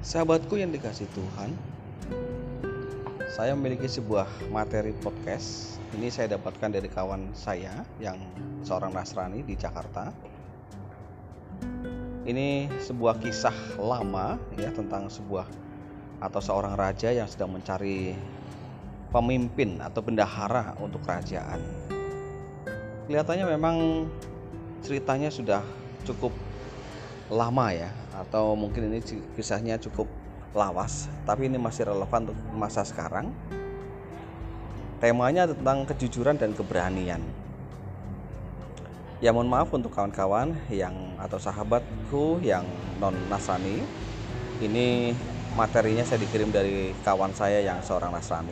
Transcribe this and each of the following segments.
Sahabatku yang dikasih Tuhan, saya memiliki sebuah materi podcast. Ini saya dapatkan dari kawan saya yang seorang Nasrani di Jakarta. Ini sebuah kisah lama ya, tentang seorang raja yang sedang mencari pemimpin atau bendahara untuk kerajaan. Kelihatannya memang ceritanya sudah cukup lama ya, atau mungkin ini kisahnya cukup lawas, tapi ini masih relevan untuk masa sekarang. Temanya tentang kejujuran dan keberanian. Ya mohon maaf untuk kawan-kawan atau sahabatku yang non Nasrani. Ini materinya saya dikirim dari kawan saya yang seorang Nasrani.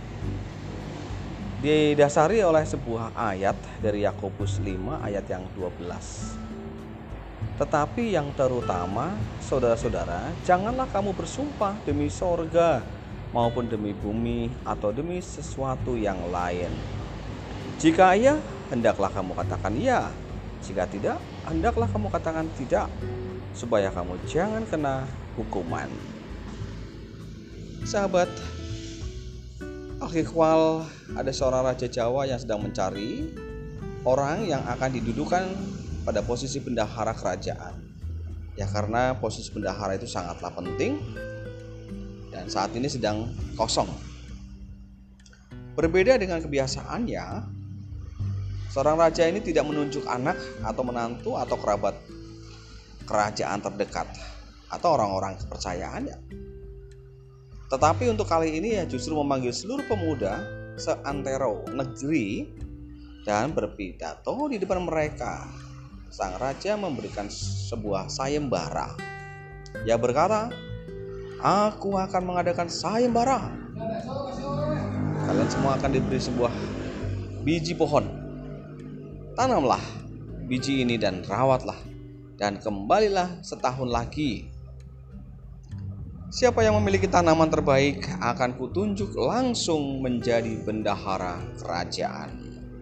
Didasari oleh sebuah ayat dari Yakobus 5 ayat yang 12. Tetapi yang terutama, saudara-saudara, janganlah kamu bersumpah demi sorga maupun demi bumi atau demi sesuatu yang lain. Jika iya, hendaklah kamu katakan iya. Jika tidak, hendaklah kamu katakan tidak, supaya kamu jangan kena hukuman. Sahabat, al-ikhwal, ada seorang raja Jawa yang sedang mencari orang yang akan didudukan pada posisi bendahara kerajaan. Ya karena posisi bendahara itu sangatlah penting dan saat ini sedang kosong. Berbeda dengan kebiasaannya, seorang raja ini tidak menunjuk anak atau menantu atau kerabat kerajaan terdekat atau orang-orang kepercayaannya. Tetapi untuk kali ini justru memanggil seluruh pemuda seantero negeri dan berpidato di depan mereka. Sang raja memberikan sebuah sayembara. Ia berkata, "Aku akan mengadakan sayembara. Kalian semua akan diberi sebuah biji pohon. Tanamlah biji ini dan rawatlah, dan kembalilah setahun lagi. Siapa yang memiliki tanaman terbaik akan kutunjuk langsung menjadi bendahara kerajaan."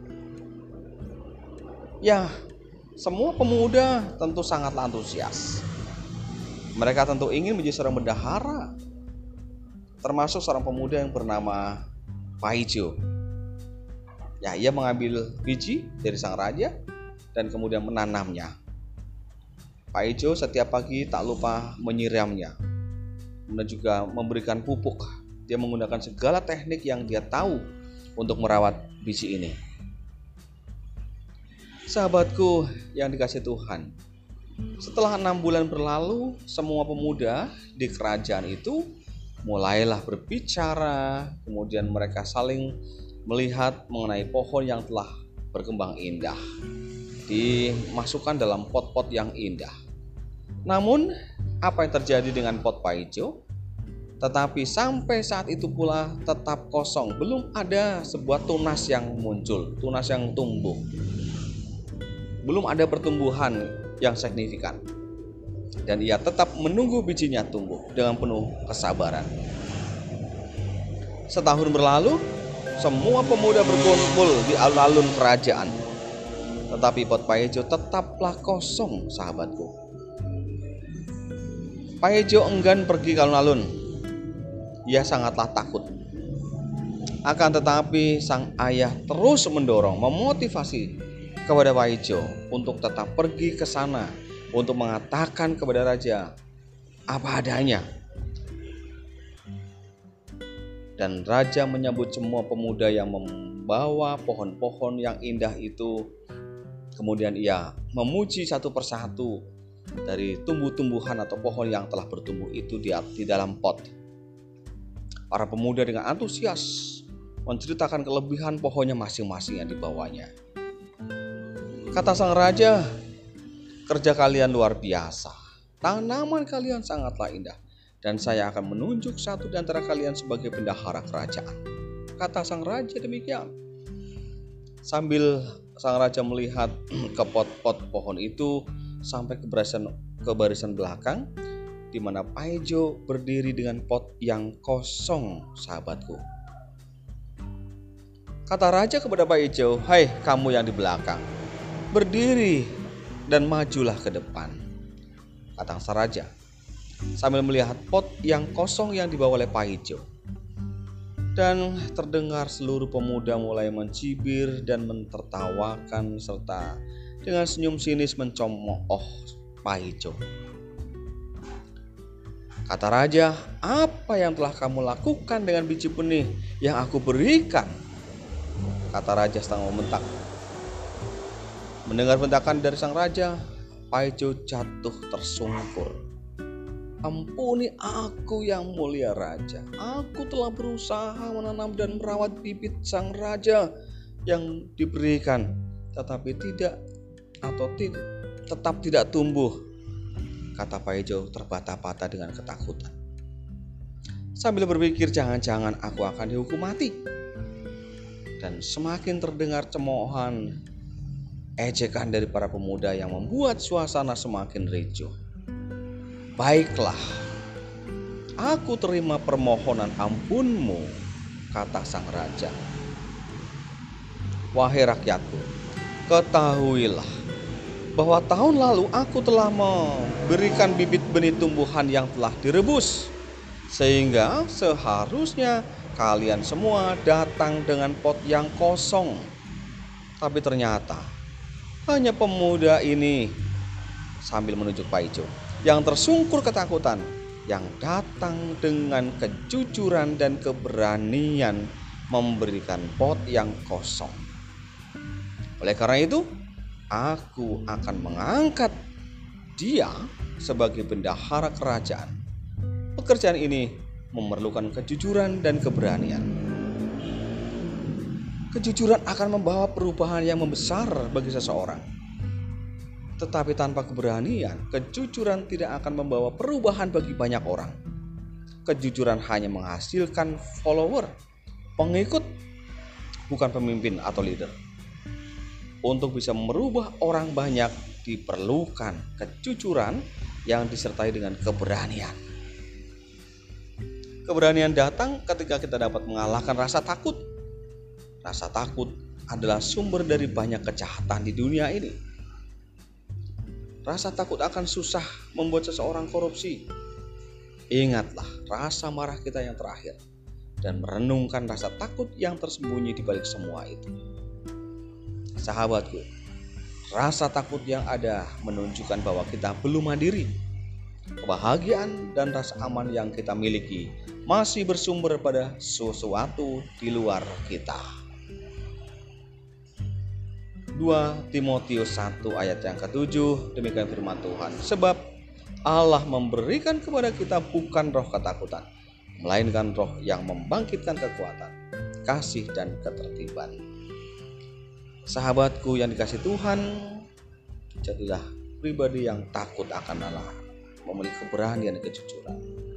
Ya, semua pemuda tentu sangatlah antusias. Mereka tentu ingin menjadi seorang bendahara. Termasuk seorang pemuda yang bernama Paijo. Ya, ia mengambil biji dari sang raja dan kemudian menanamnya. Paijo setiap pagi tak lupa menyiramnya dan juga memberikan pupuk. Dia menggunakan segala teknik yang dia tahu untuk merawat biji ini. Sahabatku yang dikasih Tuhan, setelah 6 bulan berlalu, semua pemuda di kerajaan itu mulailah berbicara. Kemudian mereka saling melihat mengenai pohon yang telah berkembang indah, dimasukkan dalam pot-pot yang indah. Namun apa yang terjadi dengan pot Paijo? Tetapi sampai saat itu pula tetap kosong. Belum ada sebuah tunas yang muncul, tunas yang tumbuh. Belum ada pertumbuhan yang signifikan. Dan ia tetap menunggu bijinya tumbuh dengan penuh kesabaran. Setahun berlalu, semua pemuda berkumpul di alun-alun kerajaan. Tetapi pot Paijo tetaplah kosong, sahabatku. Paijo enggan pergi ke alun-alun. Ia sangatlah takut. Akan tetapi sang ayah terus mendorong, memotivasi kepada Paijo untuk tetap pergi ke sana untuk mengatakan kepada raja apa adanya. Dan raja menyambut semua pemuda yang membawa pohon-pohon yang indah itu. Kemudian ia memuji satu persatu dari tumbuh-tumbuhan atau pohon yang telah bertumbuh itu di dalam pot. Para pemuda dengan antusias menceritakan kelebihan pohonnya masing-masing yang dibawanya. Kata sang raja, "Kerja kalian luar biasa. Tanaman kalian sangatlah indah. Dan saya akan menunjuk satu di antara kalian sebagai bendahara kerajaan." Kata sang raja demikian. Sambil sang raja melihat ke pot-pot pohon itu sampai ke barisan belakang, di mana Paijo berdiri dengan pot yang kosong, sahabatku. Kata raja kepada Paijo, "Hai kamu yang di belakang, berdiri dan majulah ke depan." Kata sang raja, sambil melihat pot yang kosong yang dibawa oleh Pak Ijo. Dan terdengar seluruh pemuda mulai mencibir dan mentertawakan serta dengan senyum sinis mencemooh Pak Ijo. Kata raja, "Apa yang telah kamu lakukan dengan biji benih yang aku berikan?" Kata raja setengah membentak. Mendengar bentakan dari sang raja, Pak Ijo jatuh tersungkur. "Ampuni aku yang mulia raja. Aku telah berusaha menanam dan merawat bibit sang raja yang diberikan, tetapi tetap tidak tumbuh," kata Pak Ijo terbata-bata dengan ketakutan. Sambil berpikir jangan-jangan aku akan dihukum mati. Dan semakin terdengar cemoohan, ejekan dari para pemuda yang membuat suasana semakin ricuh. "Baiklah, aku terima permohonan ampunmu," kata sang raja. "Wahai rakyatku, ketahuilah bahwa tahun lalu aku telah memberikan bibit benih tumbuhan yang telah direbus, sehingga seharusnya kalian semua datang dengan pot yang kosong. Tapi ternyata hanya pemuda ini," sambil menunjuk Pak Ijo, "yang tersungkur ketakutan, yang datang dengan kejujuran dan keberanian memberikan pot yang kosong. Oleh karena itu, aku akan mengangkat dia sebagai bendahara kerajaan. Pekerjaan ini memerlukan kejujuran dan keberanian. Kejujuran akan membawa perubahan yang membesar bagi seseorang. Tetapi tanpa keberanian, kejujuran tidak akan membawa perubahan bagi banyak orang. Kejujuran hanya menghasilkan follower, pengikut, bukan pemimpin atau leader. Untuk bisa merubah orang banyak diperlukan kejujuran yang disertai dengan keberanian. Keberanian datang ketika kita dapat mengalahkan rasa takut. Rasa takut adalah sumber dari banyak kejahatan di dunia ini. Rasa takut akan susah membuat seseorang korupsi. Ingatlah rasa marah kita yang terakhir dan merenungkan rasa takut yang tersembunyi di balik semua itu. Sahabatku, rasa takut yang ada menunjukkan bahwa kita belum mandiri. Kebahagiaan dan rasa aman yang kita miliki masih bersumber pada sesuatu di luar kita. 2 Timotius 1 ayat yang ke-7, demikian firman Tuhan. "Sebab Allah memberikan kepada kita bukan roh ketakutan, melainkan roh yang membangkitkan kekuatan, kasih dan ketertiban." Sahabatku yang dikasihi Tuhan, jadilah pribadi yang takut akan Allah, memiliki keberanian dan kejujuran.